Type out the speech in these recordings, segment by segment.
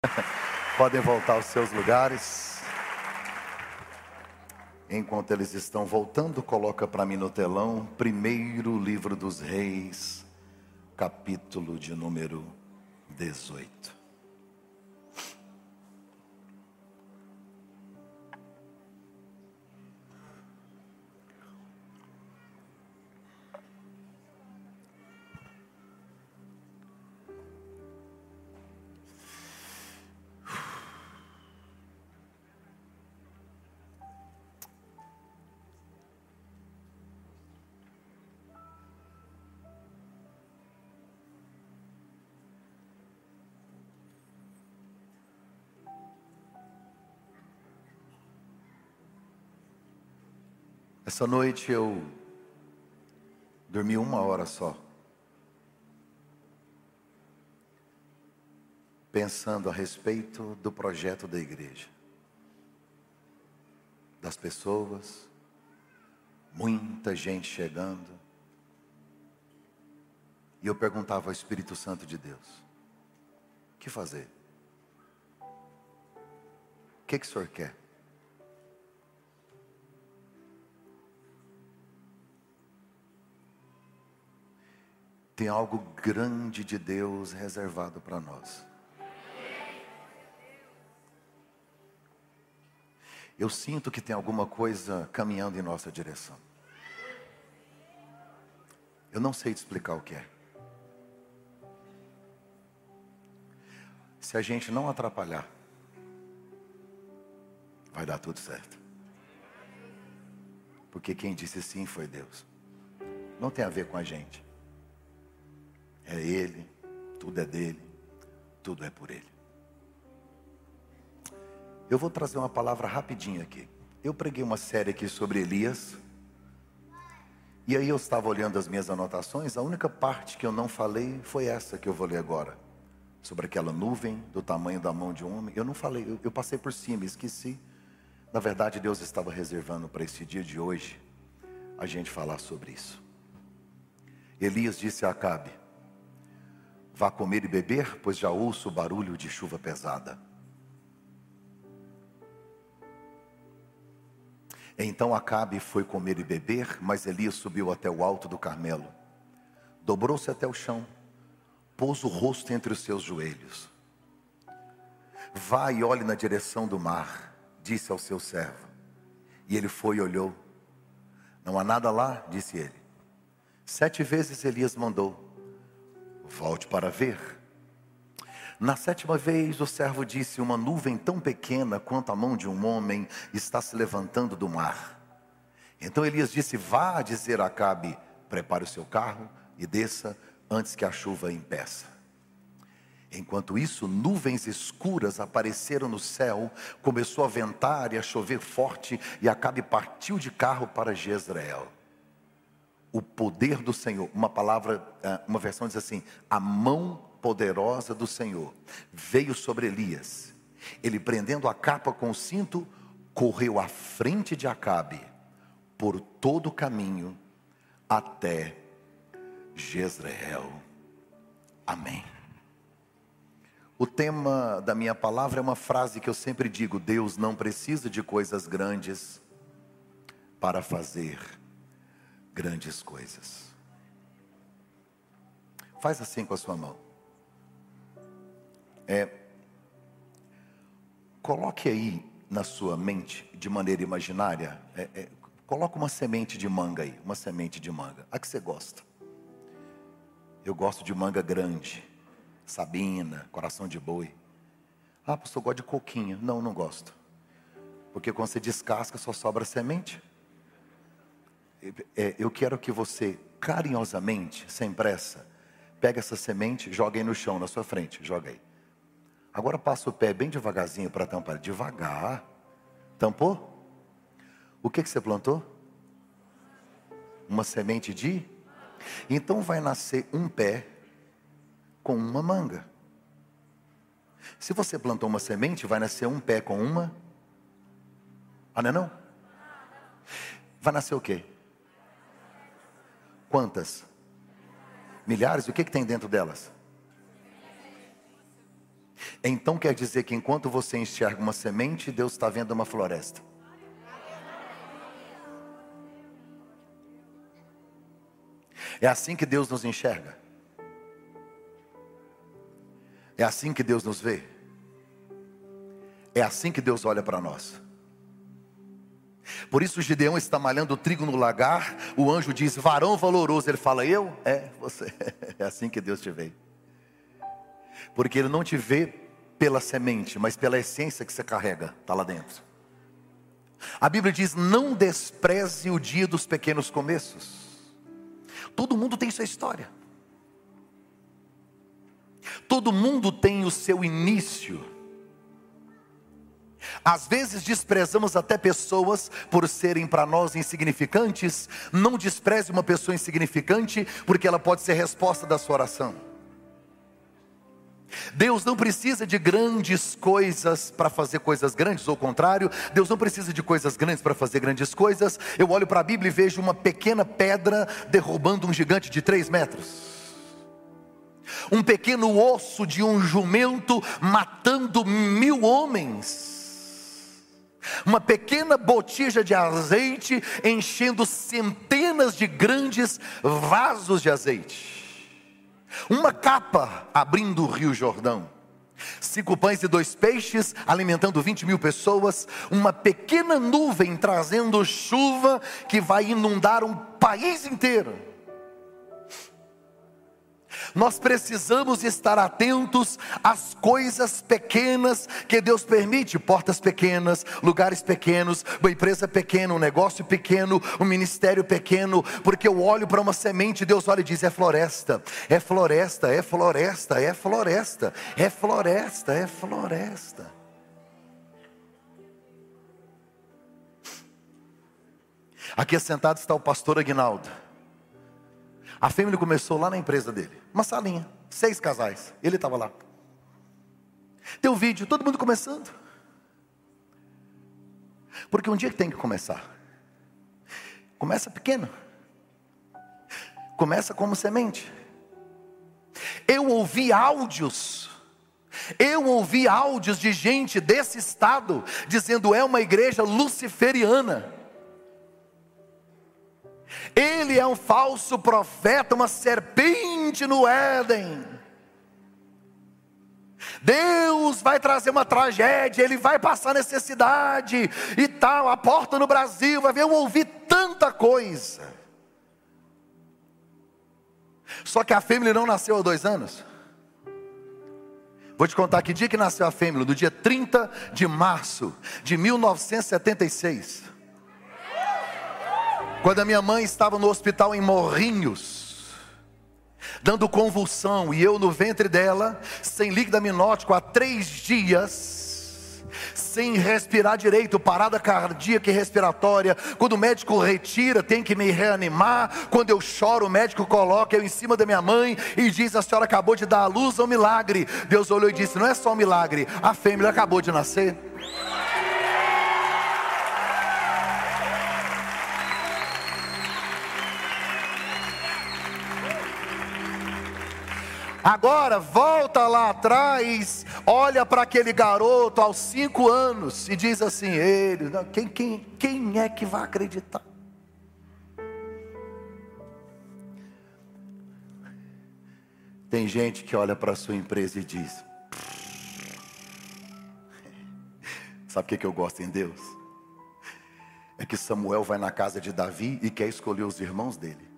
Podem voltar aos seus lugares. Enquanto eles estão voltando, coloca para mim no telão, primeiro livro dos Reis, capítulo de número 18. Essa noite eu dormi 1 hora só, pensando a respeito do projeto da igreja, das pessoas, muita gente chegando, e eu perguntava ao Espírito Santo de Deus: o que fazer? O que o Senhor quer? Tem algo grande de Deus reservado para nós. Eu sinto que tem alguma coisa caminhando em nossa direção. Eu não sei te explicar o que é. Se a gente não atrapalhar, vai dar tudo certo. Porque quem disse sim foi Deus. Não tem a ver com a gente. É Ele, tudo é dele, tudo é por Ele. Eu vou trazer uma palavra rapidinho aqui. Eu preguei uma série aqui sobre Elias. E aí eu estava olhando as minhas anotações. A única parte que eu não falei foi essa que eu vou ler agora. Sobre aquela nuvem do tamanho da mão de um homem. Eu não falei, eu passei por cima, esqueci. Na verdade, Deus estava reservando para esse dia de hoje a gente falar sobre isso. Elias disse a Acabe: vá comer e beber, pois já ouço o barulho de chuva pesada. Então Acabe foi comer e beber, mas Elias subiu até o alto do Carmelo. Dobrou-se até o chão, pôs o rosto entre os seus joelhos. Vá e olhe na direção do mar, disse ao seu servo. E ele foi e olhou. Não há nada lá, disse ele. 7 vezes Elias mandou: volte para ver. Na 7ª vez o servo disse: uma nuvem tão pequena quanto a mão de um homem está se levantando do mar. Então Elias disse: vá dizer a Acabe, prepare o seu carro e desça antes que a chuva impeça. Enquanto isso, nuvens escuras apareceram no céu, começou a ventar e a chover forte, e Acabe partiu de carro para Jezreel. O poder do Senhor, uma versão diz assim: a mão poderosa do Senhor veio sobre Elias. Ele, prendendo a capa com o cinto, correu à frente de Acabe por todo o caminho até Jezreel. Amém. O tema da minha palavra é uma frase que eu sempre digo: Deus não precisa de coisas grandes para fazer grandes coisas. Faz assim com a sua mão. Coloque aí na sua mente, de maneira imaginária, coloca uma semente de manga aí, uma semente de manga. A que você gosta? Eu gosto de manga grande, sabina, coração de boi. Ah, pastor, eu gosto de coquinha. Não, não gosto. Porque quando você descasca, só sobra semente. Eu quero que você, carinhosamente, sem pressa, pegue essa semente, jogue aí no chão, na sua frente, joga aí. Agora passa o pé bem devagarzinho para tampar. Devagar. Tampou? O que você plantou? Uma semente de? Então vai nascer um pé com uma manga. Se você plantou uma semente, vai nascer um pé com uma. Ah, não é não? Vai nascer o quê? Quantas? Milhares? O que tem dentro delas? Então quer dizer que enquanto você enxerga uma semente, Deus está vendo uma floresta. É assim que Deus nos enxerga. É assim que Deus nos vê. É assim que Deus olha para nós. Por isso Gideão está malhando trigo no lagar. O anjo diz: varão valoroso. Ele fala: eu? É, você. É assim que Deus te vê. Porque Ele não te vê pela semente, mas pela essência que você carrega, está lá dentro. A Bíblia diz: não despreze o dia dos pequenos começos. Todo mundo tem sua história. Todo mundo tem o seu início. Às vezes desprezamos até pessoas por serem para nós insignificantes. Não despreze uma pessoa insignificante, porque ela pode ser resposta da sua oração. Deus não precisa de grandes coisas para fazer coisas grandes, ou ao contrário, Deus não precisa de coisas grandes para fazer grandes coisas. Eu olho para a Bíblia e vejo uma pequena pedra derrubando um gigante de 3 metros. Um pequeno osso de um jumento matando 1000 homens. Uma pequena botija de azeite enchendo centenas de grandes vasos de azeite. Uma capa abrindo o rio Jordão. 5 pães e 2 peixes alimentando 20.000 pessoas. Uma pequena nuvem trazendo chuva que vai inundar um país inteiro. Nós precisamos estar atentos às coisas pequenas que Deus permite. Portas pequenas, lugares pequenos, uma empresa pequena, um negócio pequeno, um ministério pequeno. Porque eu olho para uma semente, Deus olha e diz: é floresta, é floresta, é floresta, é floresta, é floresta, é floresta. Aqui sentado está o pastor Aguinaldo. A família começou lá na empresa dele. Uma salinha, 6 casais. Ele estava lá. Tem um vídeo, todo mundo começando. Porque um dia que tem que começar. Começa pequeno. Começa como semente. Eu ouvi áudios de gente desse estado dizendo: é uma igreja luciferiana. Ele é um falso profeta, uma serpente no Éden. Deus vai trazer uma tragédia, Ele vai passar necessidade e tal, a porta no Brasil vai ver. Eu ouvi tanta coisa. Só que a Family não nasceu há 2 anos. Vou te contar que dia que nasceu a Family. No dia 30 de março de 1976. Quando a minha mãe estava no hospital em Morrinhos, dando convulsão, e eu no ventre dela, sem líquido amniótico há 3 dias, sem respirar direito, parada cardíaca e respiratória. Quando o médico retira, tem que me reanimar. Quando eu choro, o médico coloca eu em cima da minha mãe e diz: a senhora acabou de dar à luz a um milagre. Deus olhou e disse: não é só um milagre, a Family acabou de nascer. Agora volta lá atrás, olha para aquele garoto aos 5 anos e diz assim: ele, quem é que vai acreditar? Tem gente que olha para a sua empresa e diz: sabe o que eu gosto em Deus? É que Samuel vai na casa de Davi e quer escolher os irmãos dele.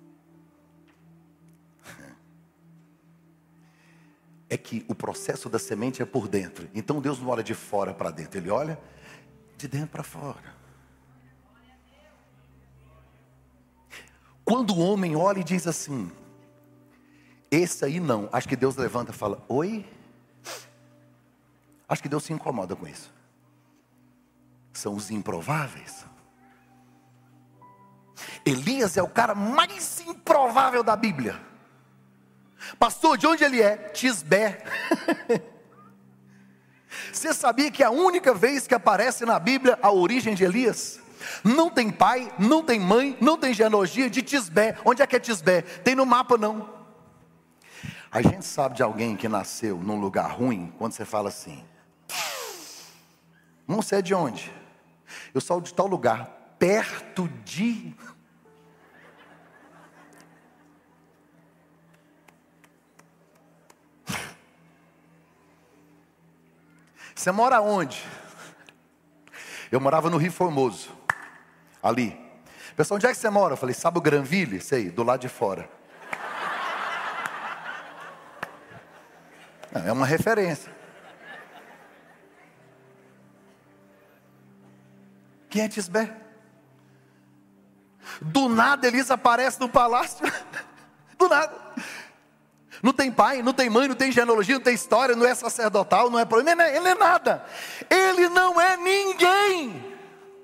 É que o processo da semente é por dentro. Então Deus não olha de fora para dentro, Ele olha de dentro para fora. Quando o homem olha e diz assim: esse aí não, acho que Deus levanta e fala: oi? Acho que Deus se incomoda com isso. São os improváveis. Elias é o cara mais improvável da Bíblia. Pastor, de onde ele é? Tisbé. Você sabia que a única vez que aparece na Bíblia a origem de Elias? Não tem pai, não tem mãe, não tem genealogia de Tisbé. Onde é que é Tisbé? Tem no mapa não. A gente sabe de alguém que nasceu num lugar ruim quando você fala assim: não sei de onde, eu sou de tal lugar, perto de... Você mora onde? Eu morava no Rio Formoso, ali. Pessoal, onde é que você mora? Eu falei, sabe o Granville? Sei, do lado de fora. É uma referência. Quentisberg. Do nada Elisa aparece no palácio. Do nada. Não tem pai, não tem mãe, não tem genealogia, não tem história, não é sacerdotal, não é... Ele é nada. Ele não é ninguém.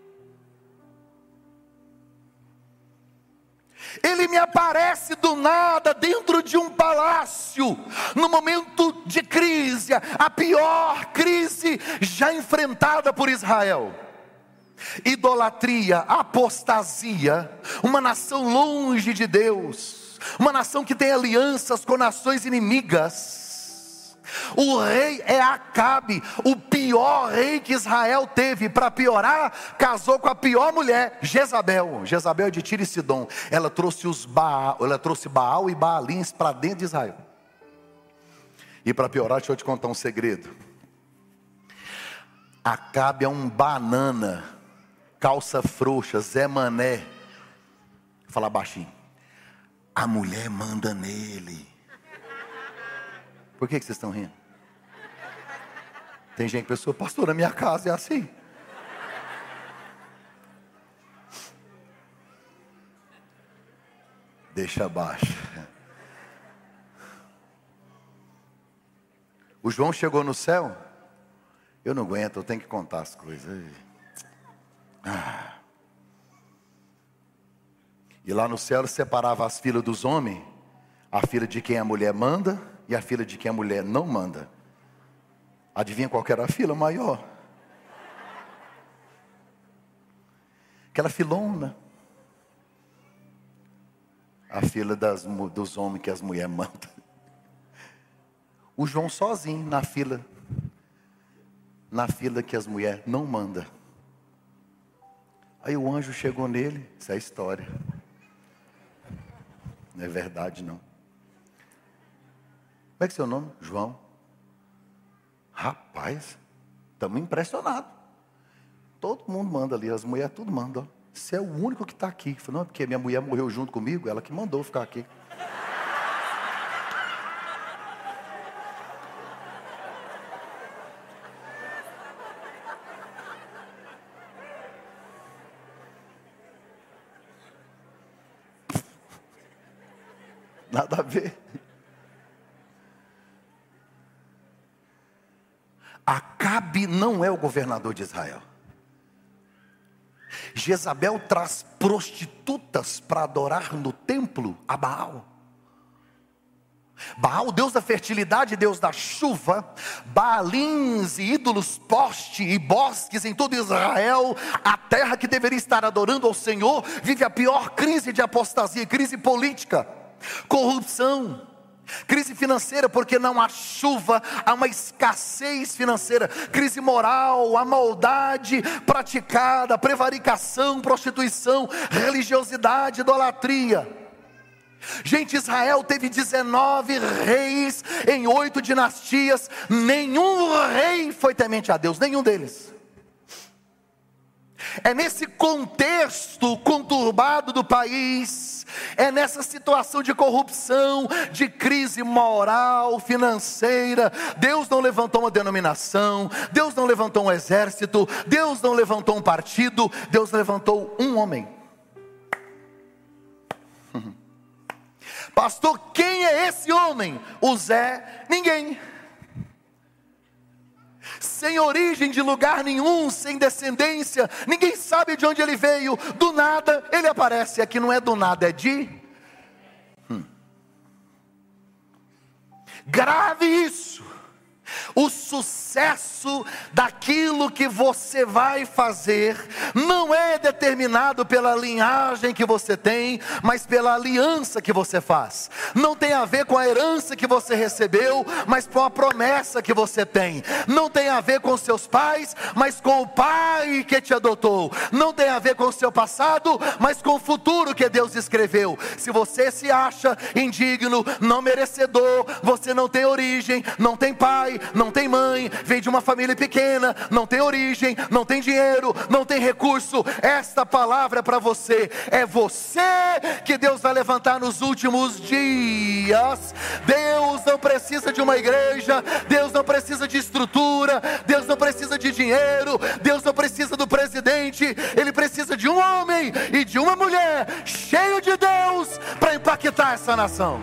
Ele me aparece do nada dentro de um palácio, no momento de crise, a pior crise já enfrentada por Israel. Idolatria, apostasia, uma nação longe de Deus, uma nação que tem alianças com nações inimigas. O rei é Acabe, o pior rei que Israel teve. Para piorar, casou com a pior mulher, Jezabel. Jezabel é de Tiro e Sidom. Ela trouxe Baal e Baalins para dentro de Israel. E para piorar, deixa eu te contar um segredo. Acabe é um banana, calça frouxa, Zé Mané. Vou falar baixinho. A mulher manda nele. Por que vocês estão rindo? Tem gente que pensou, pastor, na minha casa é assim. Deixa abaixo. O João chegou no céu. Eu não aguento, eu tenho que contar as coisas. E lá no céu ele separava as filas dos homens. A fila de quem a mulher manda e a fila de quem a mulher não manda. Adivinha qual que era a fila maior? Aquela filona. A fila dos homens que as mulheres mandam. O João sozinho na fila que as mulheres não mandam. Aí o anjo chegou nele, isso é história. Não é verdade não. Como é que é seu nome? João. Rapaz, estamos impressionados. Todo mundo manda ali, as mulheres tudo mandam. Você é o único que está aqui. Falei, não, porque minha mulher morreu junto comigo, ela que mandou ficar aqui. Nada a ver. Acabe não é o governador de Israel. Jezabel traz prostitutas para adorar no templo a Baal. Baal, Deus da fertilidade, Deus da chuva. Baalins e ídolos, poste e bosques em todo Israel. A terra que deveria estar adorando ao Senhor vive a pior crise de apostasia, crise política, corrupção, crise financeira, porque não há chuva, há uma escassez financeira, crise moral, a maldade praticada, prevaricação, prostituição, religiosidade, idolatria. Gente, Israel teve 19 reis em 8 dinastias, nenhum rei foi temente a Deus, nenhum deles. É nesse contexto conturbado do país, é nessa situação de corrupção, de crise moral, financeira, Deus não levantou uma denominação, Deus não levantou um exército, Deus não levantou um partido, Deus levantou um homem. Pastor, quem é esse homem? O Zé, ninguém. Sem origem de lugar nenhum, sem descendência, ninguém sabe de onde ele veio, do nada ele aparece. Aqui não é do nada, é de... Grave isso. O sucesso daquilo que você vai fazer não é determinado pela linhagem que você tem, mas pela aliança que você faz. Não tem a ver com a herança que você recebeu, mas com a promessa que você tem. Não tem a ver com seus pais, mas com o pai que te adotou. Não tem a ver com o seu passado, mas com o futuro que Deus escreveu. Se você se acha indigno, não merecedor, você não tem origem, não tem pai, não tem mãe, vem de uma família pequena, não tem origem, não tem dinheiro, não tem recurso, esta palavra é para você. É você que Deus vai levantar nos últimos dias. Deus não precisa de uma igreja, Deus não precisa de estrutura, Deus não precisa de dinheiro, Deus não precisa do presidente, Ele precisa de um homem e de uma mulher cheio de Deus para impactar essa nação.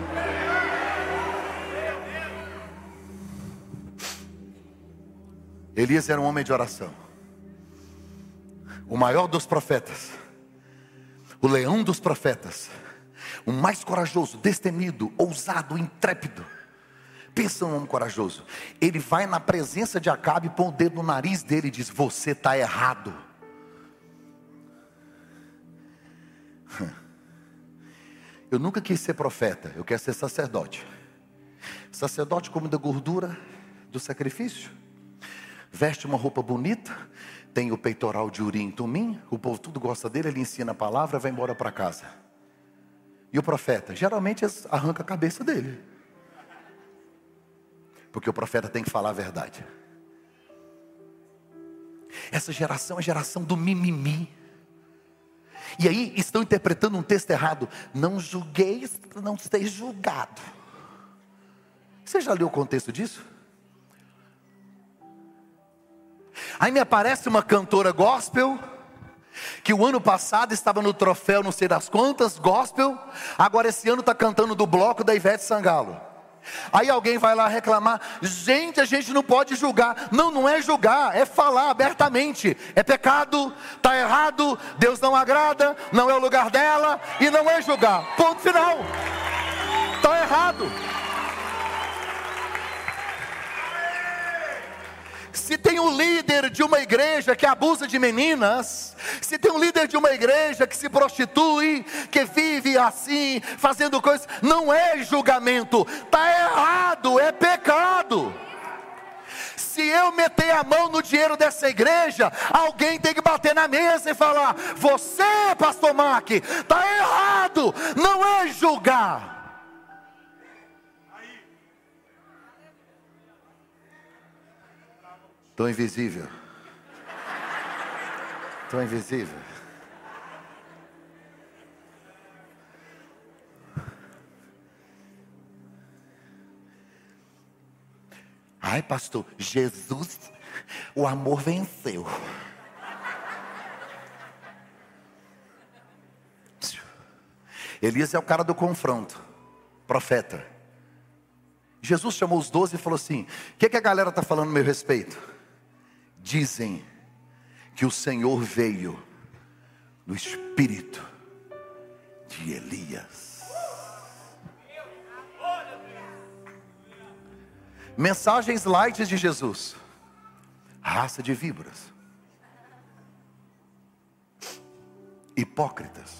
Elias era um homem de oração, o maior dos profetas, o leão dos profetas, o mais corajoso, destemido, ousado, intrépido. Pensa num homem corajoso. Ele vai na presença de Acabe, põe o dedo no nariz dele e diz: você está errado. Eu nunca quis ser profeta, eu quero ser sacerdote. Sacerdote come da gordura do sacrifício, veste uma roupa bonita, tem o peitoral de Urim e Tumim, o povo tudo gosta dele, ele ensina a palavra, vai embora para casa. E o profeta, geralmente arranca a cabeça dele, porque o profeta tem que falar a verdade. Essa geração é a geração do mimimi. E aí estão interpretando um texto errado. Não julgueis, não seja julgado. Você já leu o contexto disso? Aí me aparece uma cantora gospel, que o ano passado estava no troféu não sei das quantas, gospel. Agora esse ano está cantando do bloco da Ivete Sangalo. Aí alguém vai lá reclamar: gente, a gente não pode julgar. Não, não é julgar, é falar abertamente. É pecado, está errado, Deus não agrada, não é o lugar dela, e não é julgar, ponto final. Está errado. Se tem um líder de uma igreja que abusa de meninas, se tem um líder de uma igreja que se prostitui, que vive assim, fazendo coisas, não é julgamento, está errado, é pecado. Se eu meter a mão no dinheiro dessa igreja, alguém tem que bater na mesa e falar: você, pastor Mark, está errado, não é julgar. Estou invisível. Estou invisível. Ai, pastor, Jesus, o amor venceu. Elias é o cara do confronto, profeta. Jesus chamou os 12 e falou assim: o que a galera está falando a meu respeito? Dizem que o Senhor veio no espírito de Elias. Mensagens light de Jesus: raça de víboras, hipócritas,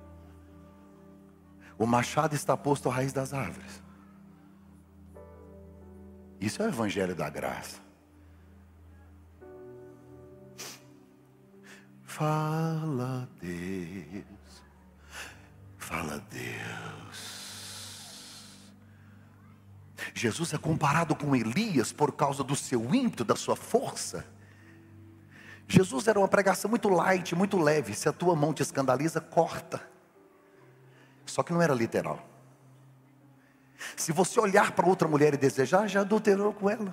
o machado está posto à raiz das árvores. Isso é o evangelho da graça. Fala Deus, fala Deus. Jesus é comparado com Elias por causa do seu ímpeto, da sua força. Jesus era uma pregação muito light, muito leve. Se a tua mão te escandaliza, corta. Só que não era literal. Se você olhar para outra mulher e desejar, já adulterou com ela.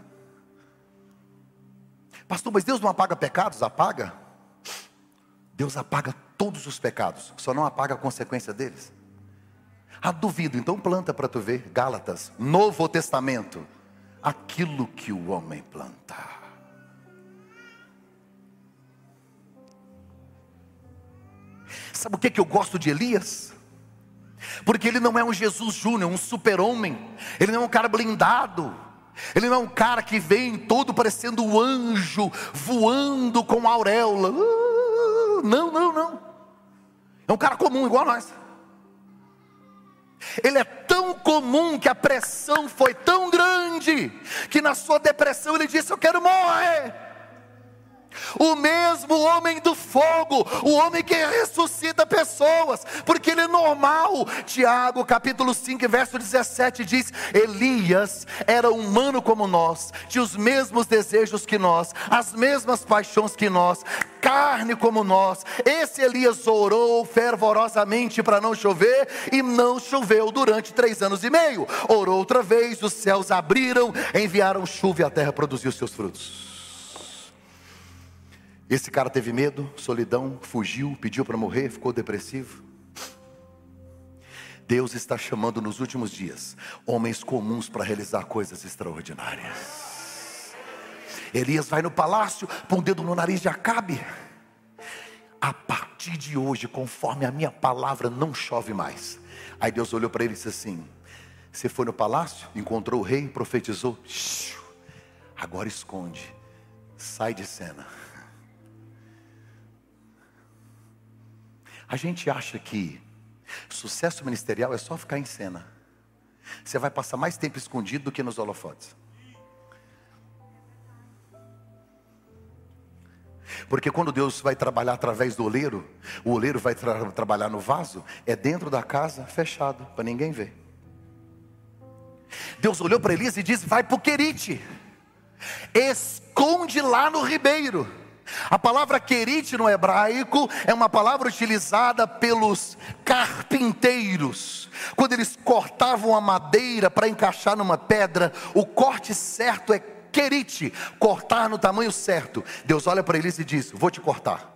Pastor, mas Deus não apaga pecados? Apaga. Deus apaga todos os pecados, só não apaga a consequência deles. Ah, duvido, então planta para tu ver. Gálatas, Novo Testamento. Aquilo que o homem plantar. Sabe o que eu gosto de Elias? Porque ele não é um Jesus Júnior, um super-homem. Ele não é um cara blindado. Ele não é um cara que vem todo parecendo um anjo, voando com auréola. Não, não, não. É um cara comum, igual a nós. Ele é tão comum que a pressão foi tão grande, que na sua depressão ele disse: eu quero morrer. O mesmo homem do fogo, o homem que ressuscita pessoas, porque ele é normal. Tiago capítulo 5 verso 17 diz: Elias era humano como nós, tinha os mesmos desejos que nós, as mesmas paixões que nós, carne como nós. Esse Elias orou fervorosamente para não chover, e não choveu durante 3 anos e meio. Orou outra vez, os céus abriram, enviaram chuva e a terra produziu seus frutos. Esse cara teve medo, solidão, fugiu, pediu para morrer, ficou depressivo. Deus está chamando nos últimos dias homens comuns para realizar coisas extraordinárias. Elias vai no palácio, põe o dedo no nariz de Acabe. A partir de hoje, conforme a minha palavra, não chove mais. Aí Deus olhou para ele e disse assim: você foi no palácio, encontrou o rei, profetizou, agora esconde, sai de cena. A gente acha que sucesso ministerial é só ficar em cena. Você vai passar mais tempo escondido do que nos holofotes. Porque quando Deus vai trabalhar através do oleiro, o oleiro vai trabalhar no vaso, é dentro da casa, fechado, para ninguém ver. Deus olhou para Elias e disse: vai para o Querite, esconde lá no ribeiro. A palavra querite no hebraico é uma palavra utilizada pelos carpinteiros. Quando eles cortavam a madeira para encaixar numa pedra, o corte certo é querite, cortar no tamanho certo. Deus olha para eles e diz: vou te cortar.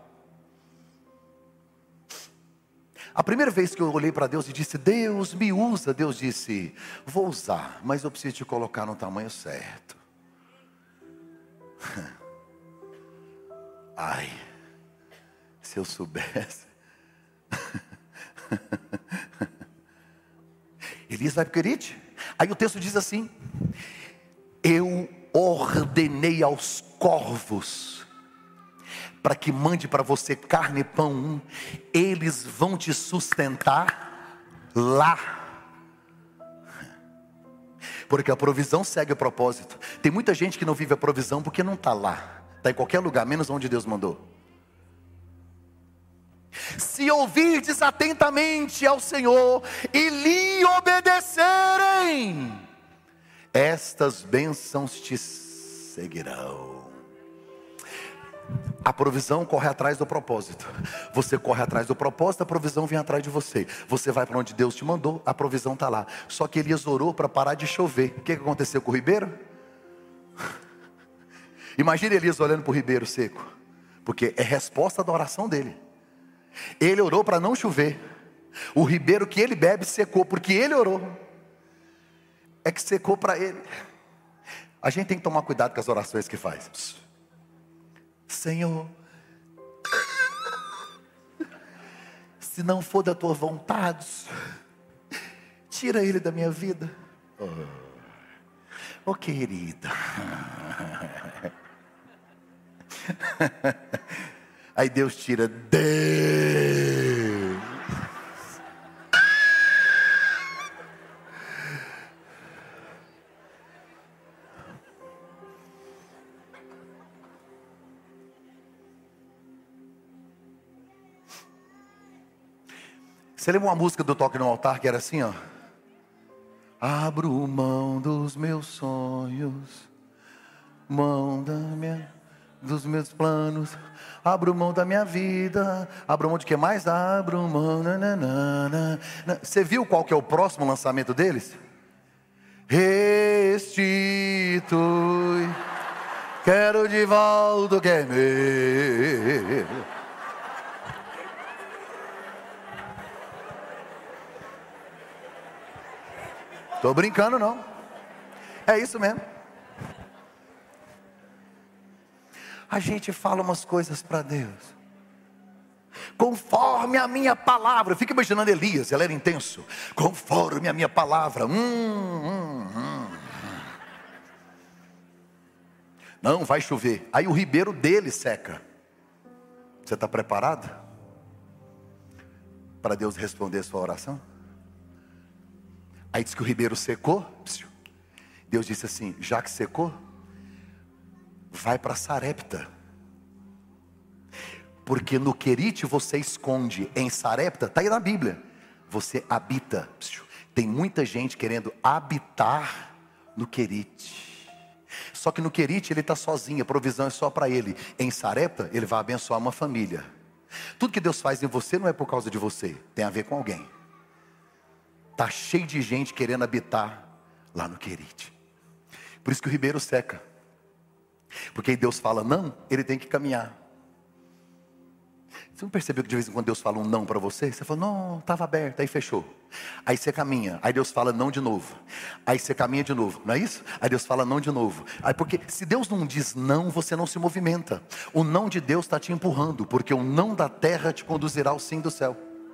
A primeira vez que eu olhei para Deus e disse: Deus me usa, Deus disse: vou usar, mas eu preciso te colocar no tamanho certo. Ai, se eu soubesse. Elias vai para o Querite. Aí o texto diz assim: eu ordenei aos corvos para que mande para você carne e pão, eles vão te sustentar lá. Porque a provisão segue o propósito. Tem muita gente que não vive a provisão porque não está lá. Está em qualquer lugar, menos onde Deus mandou. Se ouvirdes atentamente ao Senhor e lhe obedecerem, estas bênçãos te seguirão. A provisão corre atrás do propósito. Você corre atrás do propósito, a provisão vem atrás de você. Você vai para onde Deus te mandou, a provisão está lá. Só que Elias orou para parar de chover. O que aconteceu com o ribeiro? Imagina Elias olhando para o ribeiro seco, porque é resposta da oração dele. Ele orou para não chover. O ribeiro que ele bebe secou, porque ele orou. É que secou para ele. A gente tem que tomar cuidado com as orações que faz. Senhor, se não for da tua vontade, tira ele da minha vida. Oh querida. Aí Deus tira. Deus. Você lembra uma música do Toque no Altar que era assim, ó? Abro mão dos meus sonhos, mão dos meus planos, abro mão da minha vida, abro mão de que mais? Abro mão, nananana. Você viu qual que é o próximo lançamento deles? Restitui, quero de volta o que é meu. Estou brincando não, é isso mesmo. A gente fala umas coisas para Deus, conforme a minha palavra. Fica imaginando Elias, ele era intenso. Conforme a minha palavra. Não, vai chover. Aí o ribeiro dele seca. Você está preparado para Deus responder a sua oração? Aí diz que o ribeiro secou. Deus disse assim: já que secou, vai para Sarepta. Porque no Querite você esconde, em Sarepta, está aí na Bíblia, você habita. Tem muita gente querendo habitar no Querite. Só que no Querite ele está sozinho, a provisão é só para ele. Em Sarepta ele vai abençoar uma família. Tudo que Deus faz em você não é por causa de você, tem a ver com alguém. Está cheio de gente querendo habitar lá no Querite. Por isso que o ribeiro seca. Porque aí Deus fala não, ele tem que caminhar. Você não percebeu que de vez em quando Deus fala um não para você? Você fala, não, estava aberto, aí fechou. Aí você caminha, aí Deus fala não de novo. Aí você caminha de novo, não é isso? Aí Deus fala não de novo. Aí porque se Deus não diz não, você não se movimenta. O não de Deus está te empurrando, porque o não da terra te conduzirá ao sim do céu.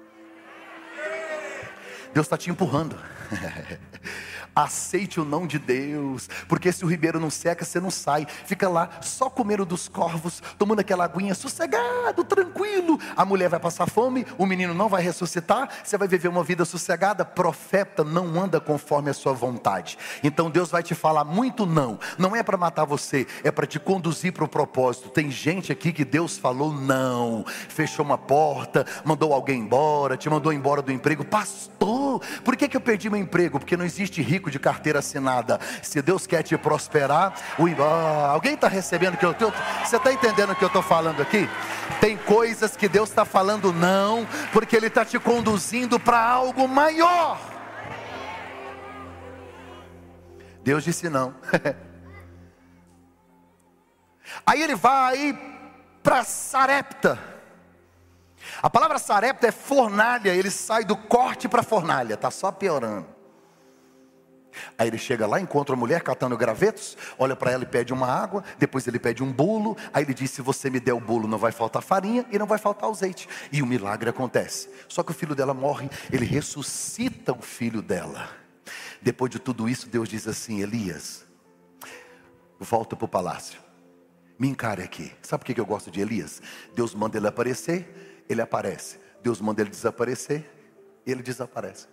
Deus está te empurrando. Aceite o não de Deus, porque se o ribeiro não seca, você não sai. Fica lá só comendo dos corvos, tomando aquela aguinha, sossegado, tranquilo. A mulher vai passar fome, o menino não vai ressuscitar, você vai viver uma vida sossegada. Profeta não anda conforme a sua vontade. Então Deus vai te falar muito não. Não é para matar você, é para te conduzir para o propósito. Tem gente aqui que Deus falou não, fechou uma porta, mandou alguém embora, te mandou embora do emprego. Pastor, por que eu perdi meu emprego? Porque não existe rico de carteira assinada. Se Deus quer te prosperar, alguém está recebendo que você está entendendo o que eu estou falando aqui? Tem coisas que Deus está falando não, porque Ele está te conduzindo para algo maior. Deus disse não. Aí ele vai para Sarepta. A palavra Sarepta é fornalha. Ele sai do corte para fornalha. Está só piorando. Aí ele chega lá, encontra a mulher catando gravetos, olha para ela e pede uma água, depois ele pede um bolo. Aí ele diz, se você me der o bolo não vai faltar farinha e não vai faltar azeite. E o milagre acontece. Só que o filho dela morre, ele ressuscita o filho dela. Depois de tudo isso, Deus diz assim, Elias, volta para o palácio, me encare aqui. Sabe por que eu gosto de Elias? Deus manda ele aparecer, ele aparece. Deus manda ele desaparecer, ele desaparece.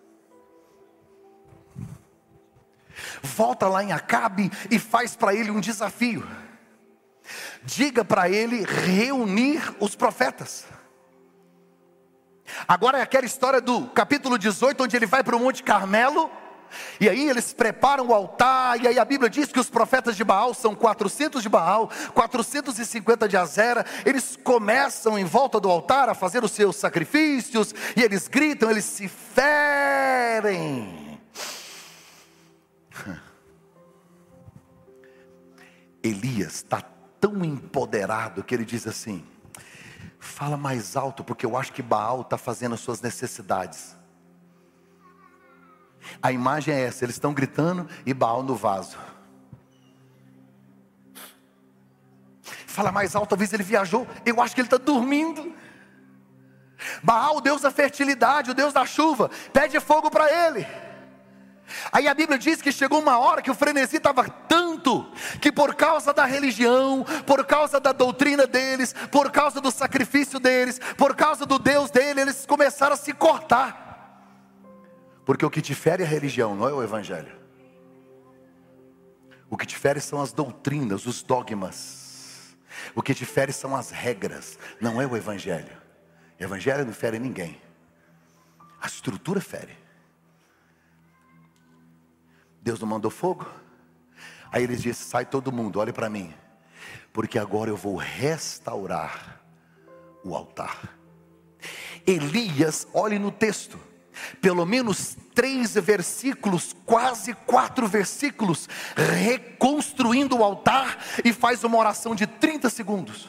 Volta lá em Acabe e faz para ele um desafio. Diga para ele reunir os profetas. Agora é aquela história do capítulo 18, onde ele vai para o Monte Carmelo. E aí eles preparam o altar. E aí a Bíblia diz que os profetas de Baal são 400 de Baal, 450 de Azera. Eles começam em volta do altar a fazer os seus sacrifícios. E eles gritam, eles se ferem. Elias está tão empoderado que ele diz assim, fala mais alto, porque eu acho que Baal está fazendo as suas necessidades. A imagem é essa, eles estão gritando e Baal no vaso. Fala mais alto, talvez ele viajou, eu acho que ele está dormindo. Baal, o Deus da fertilidade, o Deus da chuva, pede fogo para ele. Aí a Bíblia diz que chegou uma hora que o frenesi estava tanto, que por causa da religião, por causa da doutrina deles, por causa do sacrifício deles, por causa do Deus dele, eles começaram a se cortar. Porque o que te fere é a religião, não é o evangelho. O que te fere são as doutrinas, os dogmas. O que te fere são as regras, não é o evangelho. O evangelho não fere ninguém, a estrutura fere. Deus não mandou fogo. Aí ele disse, sai todo mundo, olhe para mim, porque agora eu vou restaurar o altar. Elias, olhe no texto, pelo menos 3 versículos, quase 4 versículos, reconstruindo o altar, e faz uma oração de 30 segundos.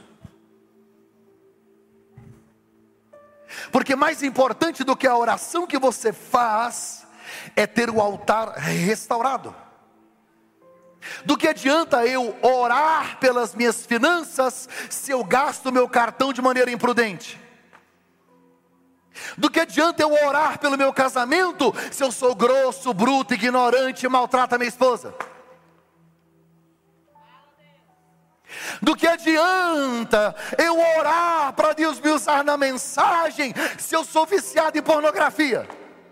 Porque mais importante do que a oração que você faz é ter o altar restaurado. Do que adianta eu orar pelas minhas finanças se eu gasto meu cartão de maneira imprudente? Do que adianta eu orar pelo meu casamento se eu sou grosso, bruto, ignorante e maltrato a minha esposa? Do que adianta eu orar para Deus me usar na mensagem se eu sou viciado em pornografia?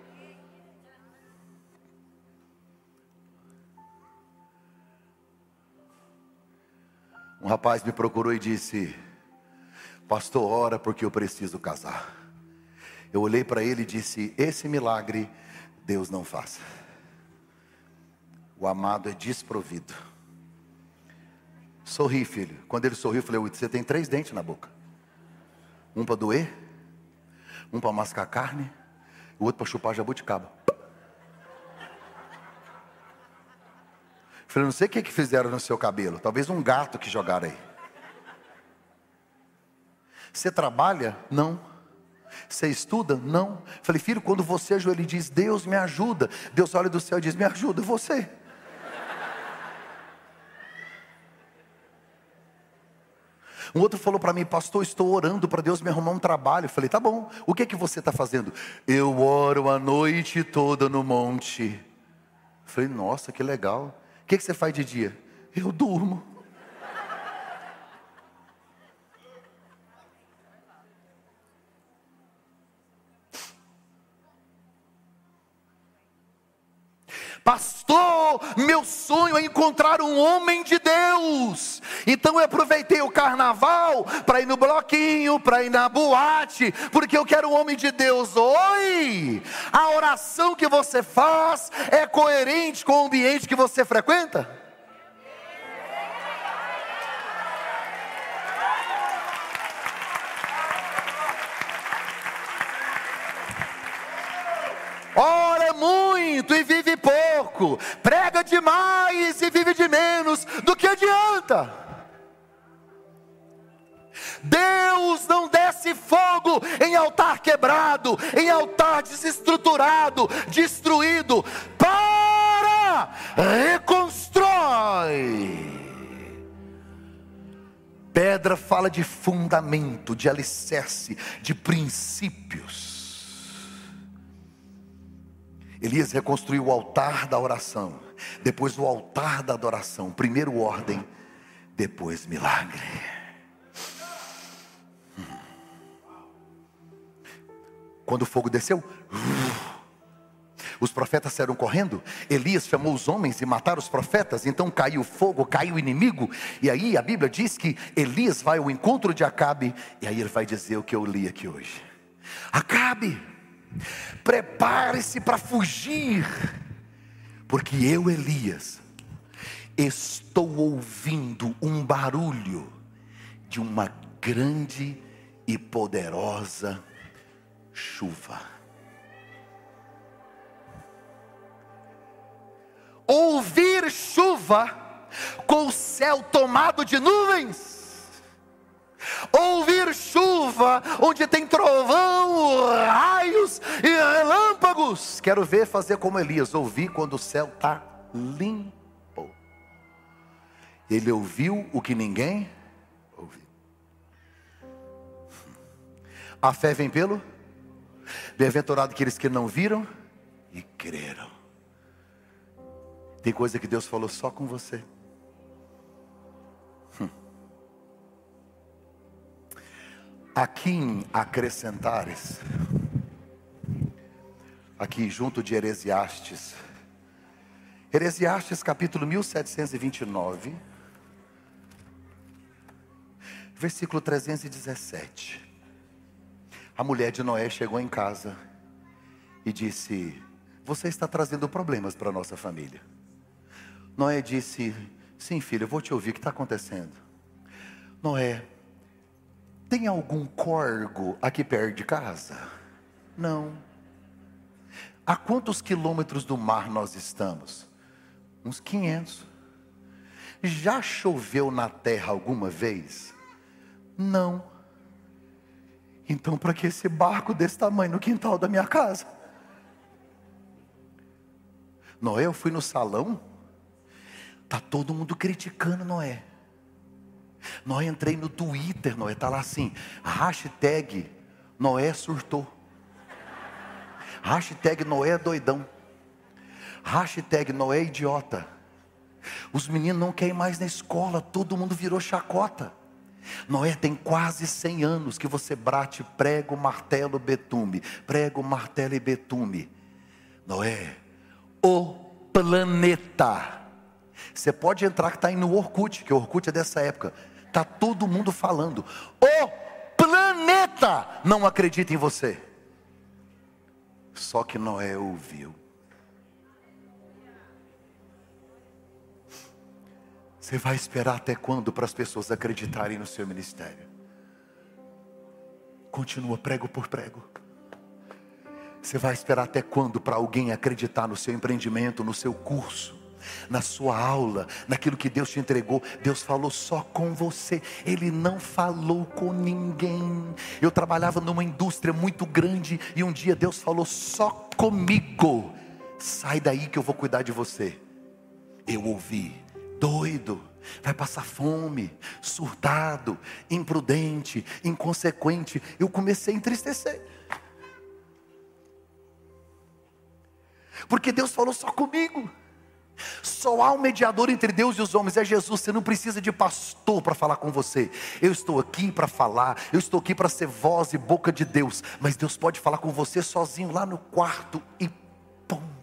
Um rapaz me procurou e disse: pastor, ora porque eu preciso casar. Eu olhei para ele e disse: esse milagre Deus não faz. O amado é desprovido. Sorri, filho. Quando ele sorriu, eu falei: você tem 3 dentes na boca. Um para doer, um para mascar carne, e o outro para chupar jabuticaba. Eu falei: não sei o que fizeram no seu cabelo. Talvez um gato que jogaram aí. Você trabalha? Não. Você estuda? Não. Eu falei: filho, quando você ajoelha e diz: Deus me ajuda, Deus olha do céu e diz: me ajuda você. Um outro falou para mim: pastor, estou orando para Deus me arrumar um trabalho. Eu falei: tá bom, o que você está fazendo? Eu oro a noite toda no monte. Eu falei: nossa, que legal. O que você faz de dia? Eu durmo. Pastor, meu sonho é encontrar um homem de Deus. Então eu aproveitei o carnaval para ir no bloquinho, para ir na boate, porque eu quero um homem de Deus. Oi! A oração que você faz é coerente com o ambiente que você frequenta? Ora muito e vive pouco, prega demais e vive de menos. Do que adianta? Deus não desce fogo em altar quebrado, em altar desestruturado, destruído. Reconstrói. Pedra fala de fundamento, de alicerce, de princípios. Elias reconstruiu o altar da oração, depois o altar da adoração. Primeiro ordem, depois milagre. Quando o fogo desceu, os profetas saíram correndo. Elias chamou os homens e mataram os profetas. Então caiu o fogo, caiu o inimigo. E aí a Bíblia diz que Elias vai ao encontro de Acabe. E aí ele vai dizer o que eu li aqui hoje: Acabe, prepare-se para fugir, porque eu, Elias, estou ouvindo um barulho de uma grande e poderosa chuva. Ouvir chuva com o céu tomado de nuvens. Ouvir chuva onde tem trovão, raios e relâmpagos. Quero ver fazer como Elias, ouvir quando o céu está limpo. Ele ouviu o que ninguém ouviu. A fé vem pelo? Bem-aventurado aqueles que não viram e creram. Tem coisa que Deus falou só com você. Aqui em Acrescentares, aqui junto de Heresiastes, capítulo 1729, versículo 317. A mulher de Noé chegou em casa e disse: você está trazendo problemas para a nossa família. Noé disse: sim, filho, eu vou te ouvir, o que está acontecendo? Noé: tem algum córrego aqui perto de casa? Não. A quantos quilômetros do mar nós estamos? Uns 500. Já choveu na terra alguma vez? Não. Então para que esse barco desse tamanho no quintal da minha casa? Noé, eu fui no salão, tá todo mundo criticando Noé. Noé, entrei no Twitter, Noé, está lá assim, hashtag Noé surtou, hashtag Noé doidão, hashtag Noé idiota. Os meninos não querem mais na escola, todo mundo virou chacota. Noé tem quase 100 anos que você bate prego, martelo, betume. Prego, martelo e betume. Noé, o planeta. Você pode entrar que está aí no Orkut, que o Orkut é dessa época. Está todo mundo falando. O planeta não acredita em você. Só que Noé ouviu. Você vai esperar até quando para as pessoas acreditarem no seu ministério? Continua prego por prego. Você vai esperar até quando para alguém acreditar no seu empreendimento, no seu curso, na sua aula, naquilo que Deus te entregou? Deus falou só com você, Ele não falou com ninguém. Eu trabalhava numa indústria muito grande e um dia Deus falou só comigo: sai daí que eu vou cuidar de você. Eu ouvi. Doido, vai passar fome, surtado, imprudente, inconsequente. Eu comecei a entristecer, porque Deus falou só comigo. Só há um mediador entre Deus e os homens, é Jesus. Você não precisa de pastor para falar com você. Eu estou aqui para falar, eu estou aqui para ser voz e boca de Deus. Mas Deus pode falar com você sozinho lá no quarto e ponto.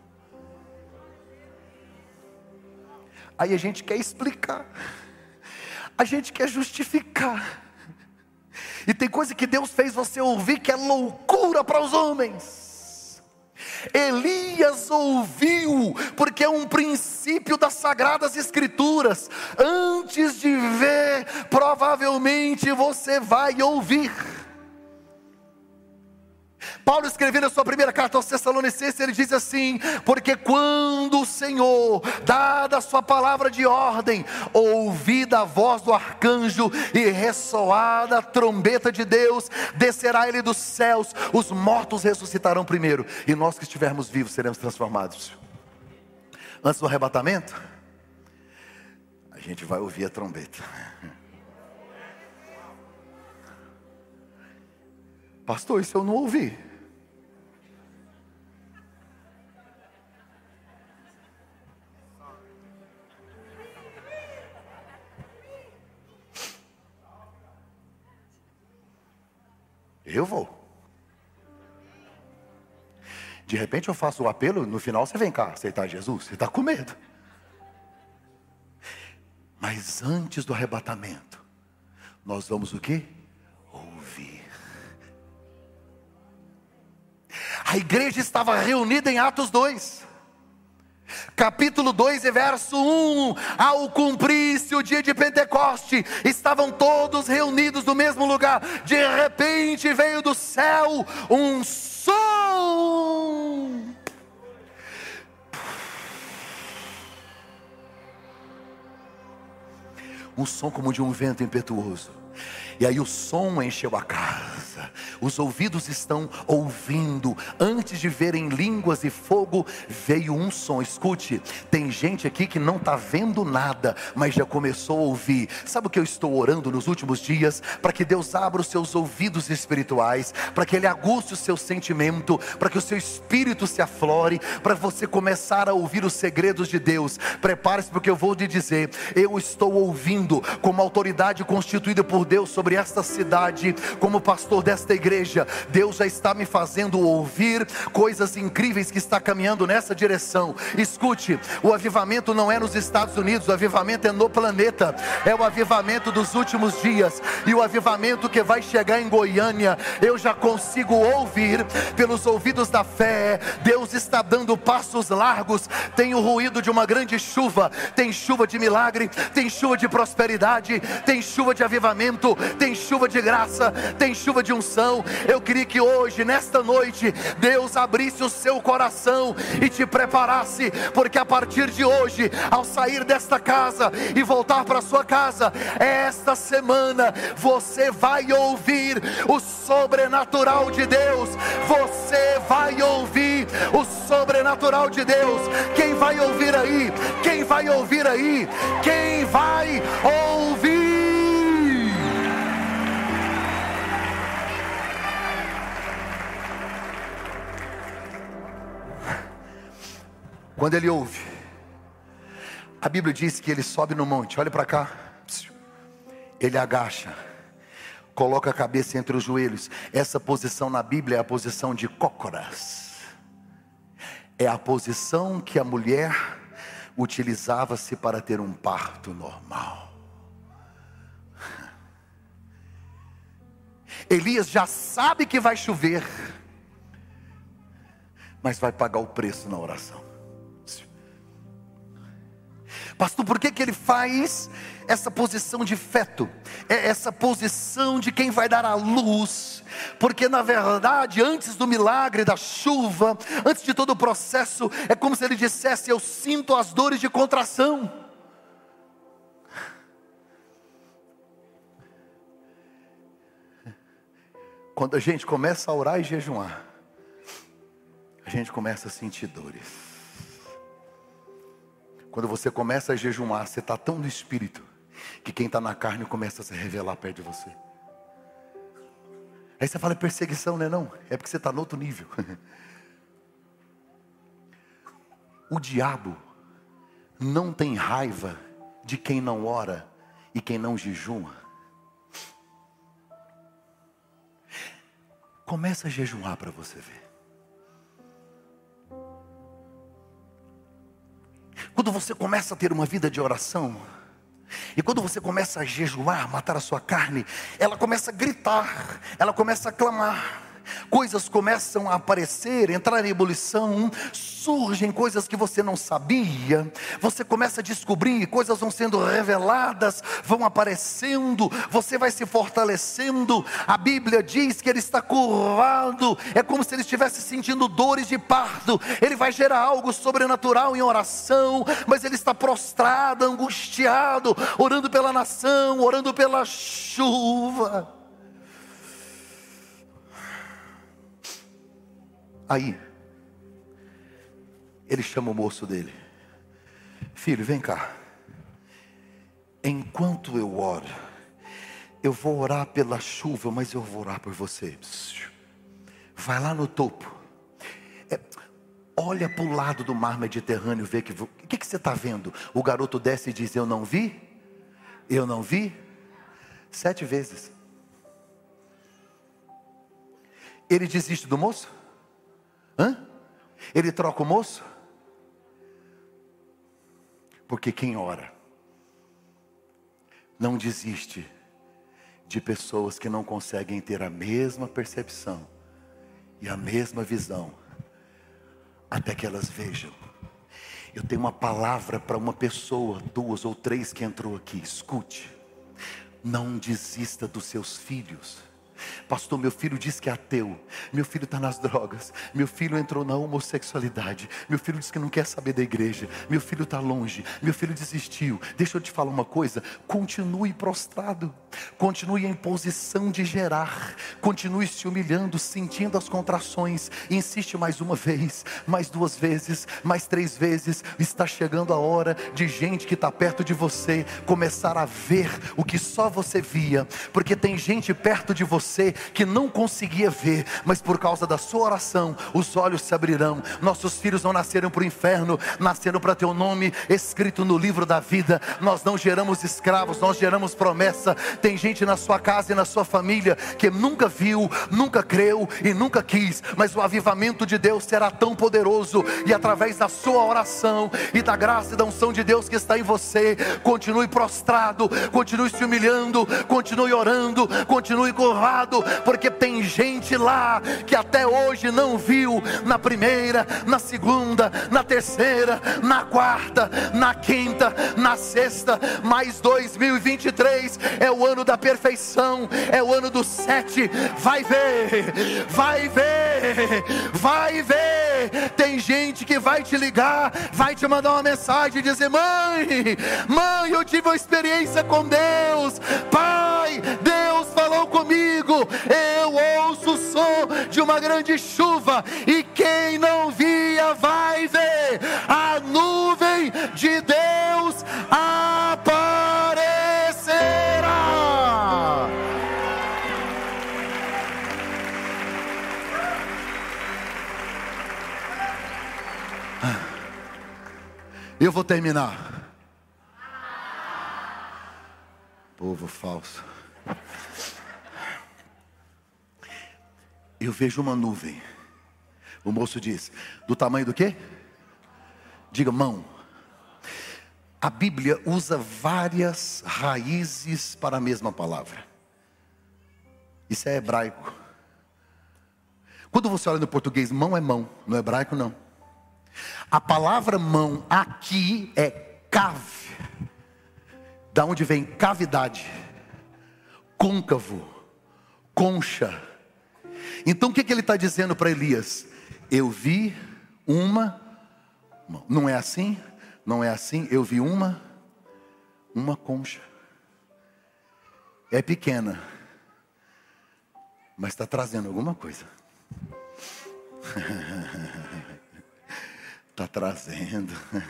Aí a gente quer explicar, a gente quer justificar. E tem coisa que Deus fez você ouvir que é loucura para os homens. Elias ouviu, porque é um princípio das Sagradas Escrituras. Antes de ver, provavelmente você vai ouvir. Paulo, escrevendo a sua primeira carta aos Tessalonicenses, ele diz assim: porque quando o Senhor, dada a sua palavra de ordem, ouvida a voz do arcanjo e ressoada a trombeta de Deus, descerá ele dos céus, os mortos ressuscitarão primeiro, e nós que estivermos vivos seremos transformados. Antes do arrebatamento, a gente vai ouvir a trombeta. Pastor, isso eu não ouvi. Eu vou. De repente eu faço o apelo, no final você vem cá aceitar Jesus. Você está com medo. Mas antes do arrebatamento, nós vamos o quê? Ouvir. A igreja estava reunida em Atos 2, capítulo 2 e verso 1. Ao cumprir-se o dia de Pentecoste, estavam todos reunidos no mesmo lugar. De repente veio do céu um som. Um som como de um vento impetuoso. E aí o som encheu a casa. Os ouvidos estão ouvindo. Antes de verem línguas e fogo, veio um som. Escute, tem gente aqui que não está vendo nada, mas já começou a ouvir. Sabe o que eu estou orando nos últimos dias? Para que Deus abra os seus ouvidos espirituais, para que Ele aguce o seu sentimento, para que o seu espírito se aflore, para você começar a ouvir os segredos de Deus. Prepare-se, porque eu vou lhe dizer, eu estou ouvindo como autoridade constituída por Deus sobre esta cidade, como pastor desta igreja. Deus já está me fazendo ouvir coisas incríveis que está caminhando nessa direção. Escute, o avivamento não é nos Estados Unidos, o avivamento é no planeta. É o avivamento dos últimos dias, e o avivamento que vai chegar em Goiânia, eu já consigo ouvir pelos ouvidos da fé. Deus está dando passos largos. Tem o ruído de uma grande chuva, tem chuva de milagre, tem chuva de prosperidade, tem chuva de avivamento, tem chuva de graça, tem chuva de unção. Eu queria que hoje, nesta noite, Deus abrisse o seu coração e te preparasse, porque a partir de hoje, ao sair desta casa e voltar para sua casa, esta semana, você vai ouvir o sobrenatural de Deus. Você vai ouvir o sobrenatural de Deus. Quem vai ouvir aí? Quem vai ouvir aí? Quem vai ouvir? Quando ele ouve, A Bíblia diz que ele sobe no monte, olha para cá. Ele agacha, coloca a cabeça entre os joelhos. Essa posição na Bíblia é a posição de cócoras. É a posição que a mulher utilizava-se para ter um parto normal. Elias já sabe que vai chover, mas vai pagar o preço na oração. Pastor, por que ele faz essa posição de feto? É essa posição de quem vai dar a luz. Porque na verdade, antes do milagre da chuva, antes de todo o processo, é como se ele dissesse: eu sinto as dores de contração. Quando a gente começa a orar e jejuar, a gente começa a sentir dores. Quando você começa a jejuar, você está tão no espírito, que quem está na carne começa a se revelar perto de você. Aí você fala: é perseguição, não é não? É porque você está no outro nível. O diabo não tem raiva de quem não ora e quem não jejua. Começa a jejuar para você ver. Quando você começa a ter uma vida de oração, e quando você começa a jejuar, matar a sua carne, ela começa a gritar, ela começa a clamar. Coisas começam a aparecer, entrar em ebulição, surgem coisas que você não sabia, você começa a descobrir, coisas vão sendo reveladas, vão aparecendo, você vai se fortalecendo. A Bíblia diz que ele está curvado, é como se ele estivesse sentindo dores de parto. Ele vai gerar algo sobrenatural em oração, mas ele está prostrado, angustiado, orando pela nação, orando pela chuva. Aí, ele chama o moço dele: filho, vem cá. Enquanto eu oro, eu vou orar pela chuva, mas eu vou orar por você. Vai lá no topo. Olha para o lado do mar Mediterrâneo, vê o que você está vendo? O garoto desce e diz: eu não vi. Eu não vi. 7 vezes. Ele desiste do moço? Ele troca o moço? Porque quem ora não desiste de pessoas que não conseguem ter a mesma percepção e a mesma visão, até que elas vejam. Eu tenho uma palavra para uma pessoa, 2 ou 3 que entrou aqui. Escute: não desista dos seus filhos. Pastor, meu filho diz que é ateu, meu filho está nas drogas, meu filho entrou na homossexualidade, meu filho diz que não quer saber da igreja, meu filho está longe, meu filho desistiu. Deixa eu te falar uma coisa: continue prostrado, continue em posição de gerar, continue se humilhando, sentindo as contrações. Insiste mais uma vez, mais 2 vezes, mais 3 vezes. Está chegando a hora de gente que está perto de você começar a ver o que só você via, porque tem gente perto de você que não conseguia ver, mas por causa da sua oração, os olhos se abrirão. Nossos filhos não nasceram para o inferno, nasceram para ter o nome escrito no livro da vida. Nós não geramos escravos, nós geramos promessa. Tem gente na sua casa e na sua família que nunca viu, nunca creu e nunca quis, mas o avivamento de Deus será tão poderoso, e através da sua oração e da graça e da unção de Deus que está em você, continue prostrado, continue se humilhando, continue orando, continue curvado, porque tem gente lá que até hoje não viu. Na primeira, na segunda, na terceira, na quarta, na quinta, na sexta. Mas 2023 é o ano da perfeição, é o ano do 7. Vai ver, vai ver, vai ver. Tem gente que vai te ligar, vai te mandar uma mensagem e dizer: mãe, eu tive uma experiência com Deus. Pai, Deus falou comigo. Eu ouço o som de uma grande chuva, e quem não via vai ver. A nuvem de Deus aparecerá. Eu vou terminar. servo falso. Eu vejo uma nuvem. O moço diz: do tamanho do quê? Diga, mão. A Bíblia usa várias raízes para a mesma palavra. Isso é hebraico. Quando você olha no português, mão é mão. No hebraico, não. A palavra mão aqui é cave. Da onde vem cavidade, côncavo, concha. Então o que ele está dizendo para Elias? Eu vi uma mão. Não é assim? Não é assim? Eu vi uma concha. É pequena, mas está trazendo alguma coisa. Está trazendo.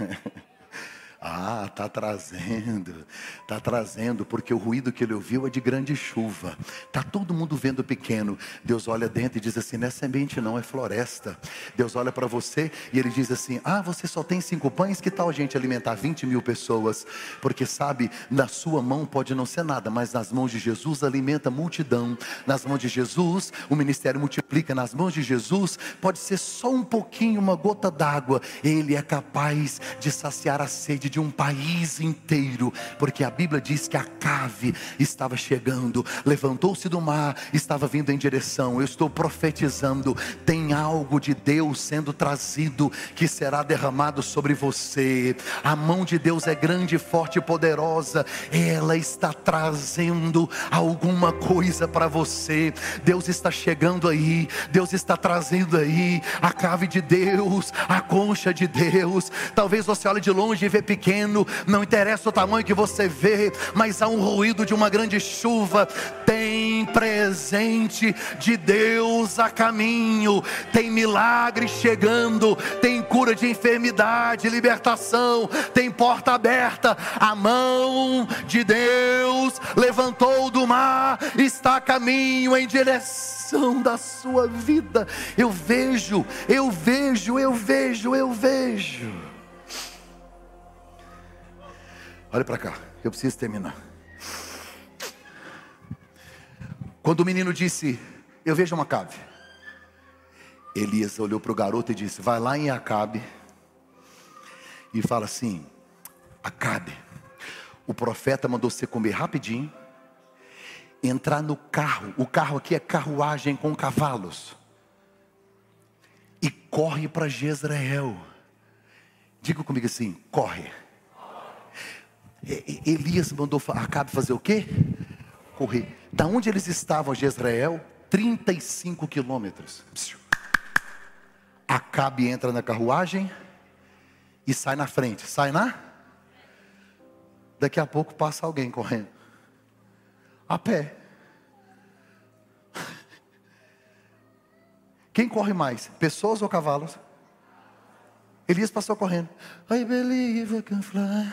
Está trazendo, porque o ruído que ele ouviu é de grande chuva. Está todo mundo vendo pequeno. Deus olha dentro e diz assim: não é semente não, é floresta. Deus olha para você e ele diz assim: você só tem 5 pães, que tal a gente alimentar 20.000 pessoas? Porque sabe, na sua mão pode não ser nada, mas nas mãos de Jesus alimenta a multidão. Nas mãos de Jesus o ministério multiplica. Nas mãos de Jesus pode ser só um pouquinho, uma gota d'água. Ele é capaz de saciar a sede de um país inteiro, porque a Bíblia diz que Acabe estava chegando, levantou-se do mar, estava vindo em direção. Eu estou profetizando, tem algo de Deus sendo trazido, que será derramado sobre você. A mão de Deus é grande, forte e poderosa. Ela está trazendo alguma coisa para você. Deus está chegando aí, Deus está trazendo aí a cave de Deus, a concha de Deus. Talvez você olhe de longe e vê pequeno, não interessa o tamanho que você vê, mas há um ruído de uma grande chuva. Tem presente de Deus a caminho, tem milagre chegando, tem cura de enfermidade, libertação, tem porta aberta. A mão de Deus levantou do mar, está a caminho em direção da sua vida. Eu vejo. Olha para cá, eu preciso terminar. Quando o menino disse: eu vejo uma cave, Elias olhou para o garoto e disse: vai lá em Acabe e fala assim: Acabe, o profeta mandou você comer rapidinho, entrar no carro. O carro aqui é carruagem com cavalos, e corre para Jezreel. Diga comigo assim: corre. Elias mandou Acabe fazer o quê? Correr. Da onde eles estavam, Jezreel, 35 quilômetros. Acabe entra na carruagem e sai na frente. Daqui a pouco passa alguém correndo a pé. Quem corre mais, pessoas ou cavalos? Elias passou correndo. I believe I can fly.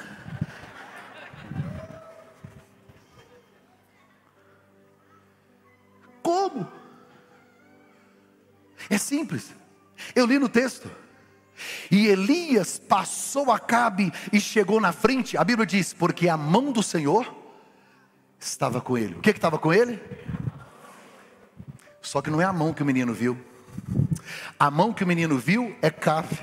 Como? É simples. Eu li no texto. E Elias passou Acabe e chegou na frente. A Bíblia diz: porque a mão do Senhor estava com ele. O que estava com ele? Só que não é a mão que o menino viu. A mão que o menino viu é cave.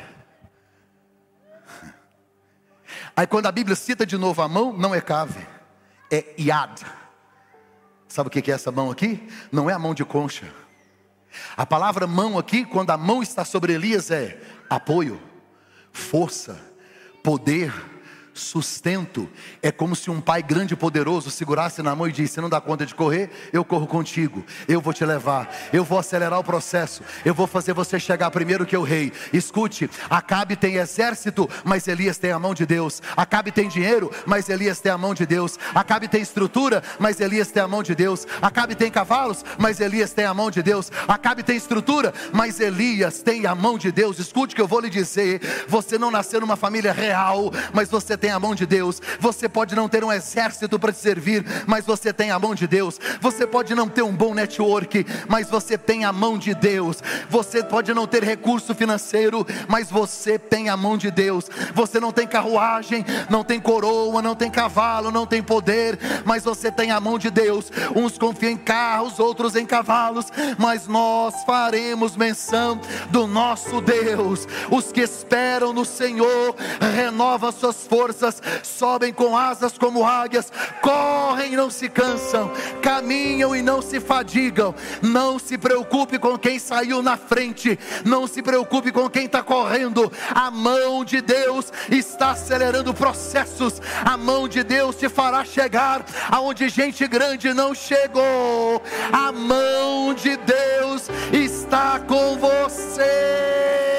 Aí quando a Bíblia cita de novo a mão, não é cave, é Yad. Sabe o que é essa mão aqui? Não é a mão de concha. A palavra mão aqui, quando a mão está sobre Elias, é apoio, força, poder, sustento. É como se um pai grande e poderoso segurasse na mão e disse: você não dá conta de correr? Eu corro contigo, eu vou te levar, eu vou acelerar o processo, eu vou fazer você chegar primeiro que o rei. Escute, Acabe tem exército, mas Elias tem a mão de Deus. Acabe tem dinheiro, mas Elias tem a mão de Deus. Acabe tem estrutura, mas Elias tem a mão de Deus. Acabe tem cavalos, mas Elias tem a mão de Deus. Acabe tem estrutura, mas Elias tem a mão de Deus. Escute o que eu vou lhe dizer: você não nasceu numa família real, mas você tem tem a mão de Deus. Você pode não ter um exército para te servir, mas você tem a mão de Deus. Você pode não ter um bom network, mas você tem a mão de Deus. Você pode não ter recurso financeiro, mas você tem a mão de Deus. Você não tem carruagem, não tem coroa, não tem cavalo, não tem poder, mas você tem a mão de Deus. Uns confiam em carros, outros em cavalos, mas nós faremos menção do nosso Deus. Os que esperam no Senhor renovam suas forças, sobem com asas como águias, correm e não se cansam, caminham e não se fadigam. Não se preocupe com quem saiu na frente, não se preocupe com quem está correndo. A mão de Deus está acelerando processos. A mão de Deus te fará chegar aonde gente grande não chegou. A mão de Deus está com você.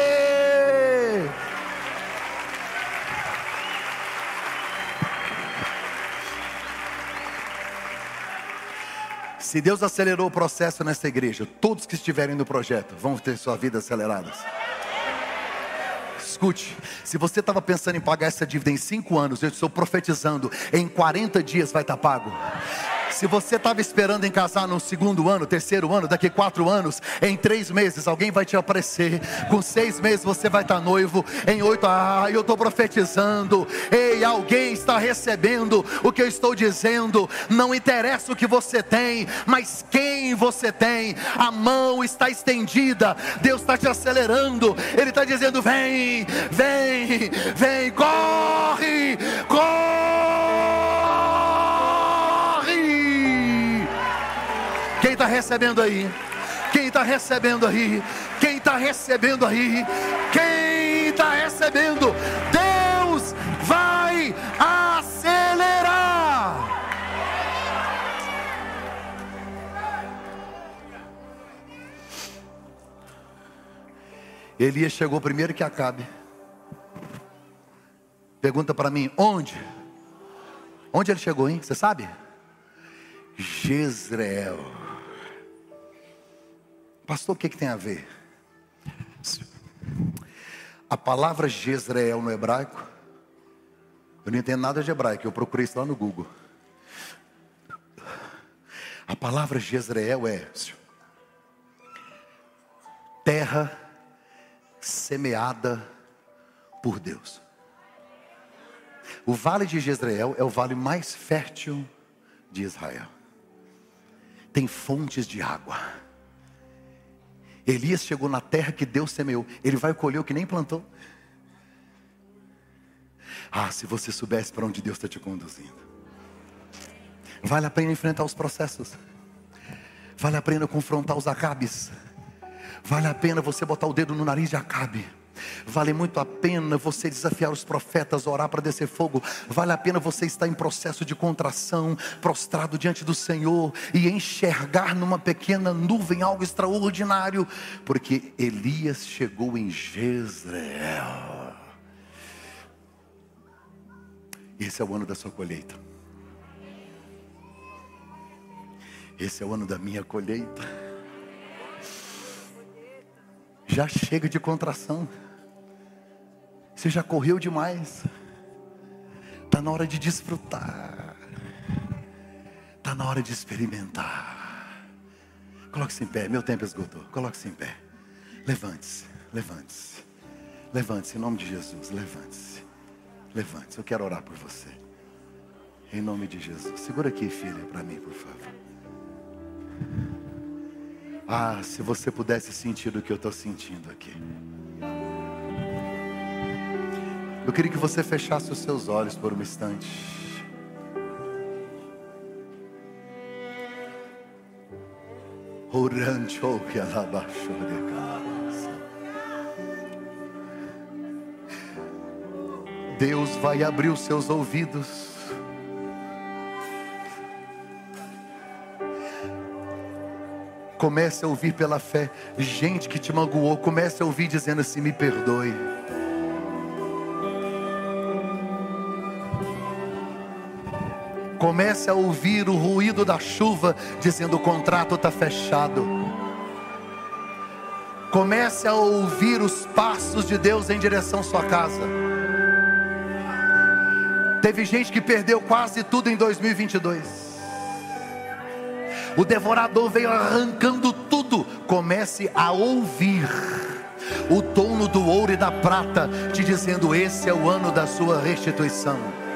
Se Deus acelerou o processo nessa igreja, todos que estiverem no projeto vão ter sua vida aceleradas. Escute, se você estava pensando em pagar essa dívida em 5 anos, eu estou profetizando, em 40 dias vai estar pago. Se você estava esperando em casar no segundo ano, terceiro ano, daqui 4 anos, em 3 meses alguém vai te aparecer. Com 6 meses você vai estar noivo. Em 8, eu estou profetizando. Ei, alguém está recebendo o que eu estou dizendo. Não interessa o que você tem, mas quem você tem. A mão está estendida. Deus está te acelerando. Ele está dizendo: vem, vem, vem, corre, corre. Quem está recebendo aí? Quem está recebendo aí? Quem está recebendo aí? Quem está recebendo? Deus vai acelerar. Elias chegou primeiro que Acabe. Pergunta para mim, onde? Onde ele chegou, hein? Você sabe? Jezreel. Pastor, o que tem a ver? A palavra Jezreel no hebraico, eu não entendo nada de hebraico, eu procurei isso lá no Google. A palavra Jezreel é terra semeada por Deus. O vale de Jezreel é o vale mais fértil de Israel. Tem fontes de água. Elias chegou na terra que Deus semeou. Ele vai colher o que nem plantou. Se você soubesse para onde Deus está te conduzindo. Vale a pena enfrentar os processos. Vale a pena confrontar os Acabes. Vale a pena você botar o dedo no nariz de Acabe. Vale muito a pena você desafiar os profetas, orar para descer fogo. Vale a pena você estar em processo de contração, prostrado diante do Senhor e enxergar numa pequena nuvem algo extraordinário, porque Elias chegou em Jezreel. Esse é o ano da sua colheita. Esse é o ano da minha colheita. Já chega de contração. Você já correu demais. Está na hora de desfrutar. Está na hora de experimentar. Coloque-se em pé, meu tempo esgotou. Coloque-se em pé. Levante-se, levante-se. Levante-se em nome de Jesus, levante-se. Levante-se, eu quero orar por você. Em nome de Jesus. Segura aqui, filha, para mim, por favor. Se você pudesse sentir o que eu estou sentindo aqui. Eu queria que você fechasse os seus olhos por um instante. Deus vai abrir os seus ouvidos. Comece a ouvir pela fé. Gente que te magoou, comece a ouvir dizendo assim: me perdoe. Comece a ouvir o ruído da chuva dizendo: o contrato está fechado. Comece a ouvir os passos de Deus em direção à sua casa. Teve gente que perdeu quase tudo em 2022. O devorador veio arrancando tudo. Comece a ouvir o dono do ouro e da prata te dizendo: esse é o ano da sua restituição.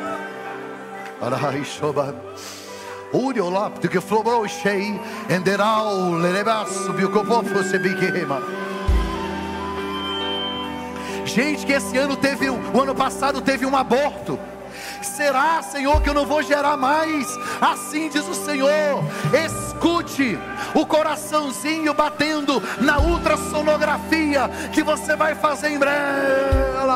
Gente que esse ano teve, o ano passado teve um aborto. Será, Senhor, que eu não vou gerar mais? Assim diz o Senhor. Escute o coraçãozinho batendo na ultrassonografia que você vai fazer em breve.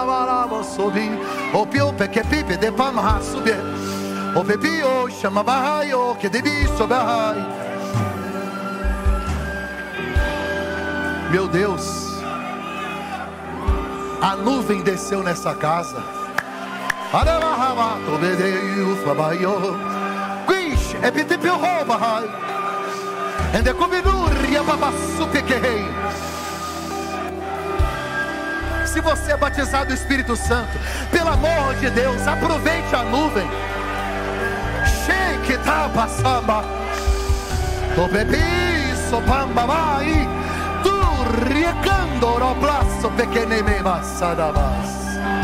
Meu Deus, a nuvem desceu nessa casa. Se você é batizado do Espírito Santo, pelo amor de Deus, aproveite a nuvem. Shake tapa samba, o bebi sopamba vai, tu riecando no plaço pequene me massadabas.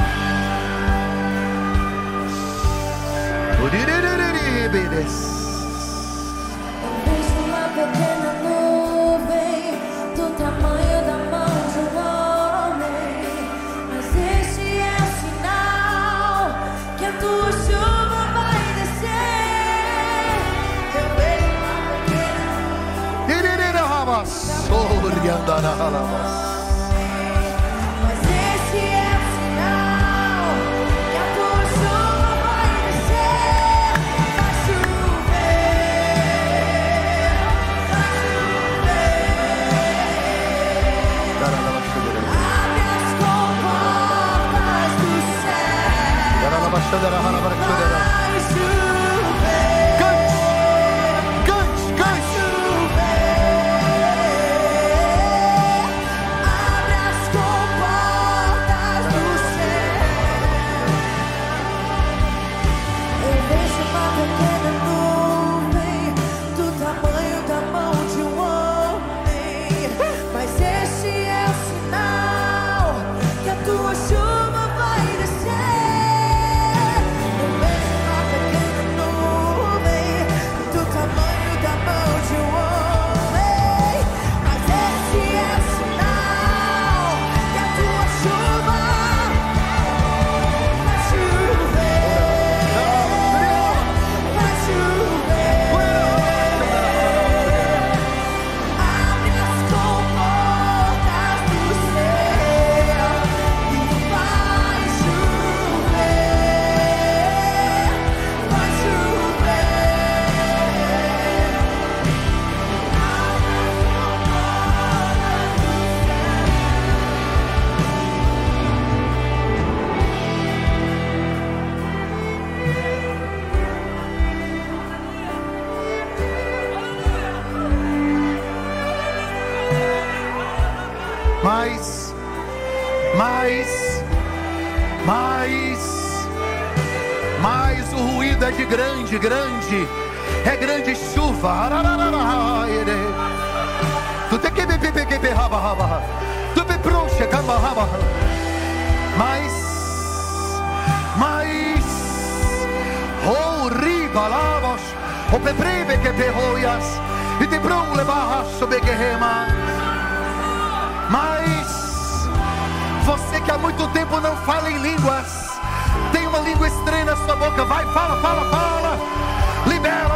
Vejo uma pequena nuvem do tamanho da mão de um homem, mas este é o sinal que a tua chuva vai descer. Eu vejo uma pequena nuvem. Mas esse é o sinal que a tua chuva vai descer. Vai chover, vai chover. Abre as comportas do céu. Vai chover. Mas o ruído é de grande, é grande chuva. Mas oh ribalavos, o peprebe que perroias e te brule barraço beguerrema. Mas você que há muito tempo não fala em línguas, tem uma língua estranha na sua boca, vai, fala, libera.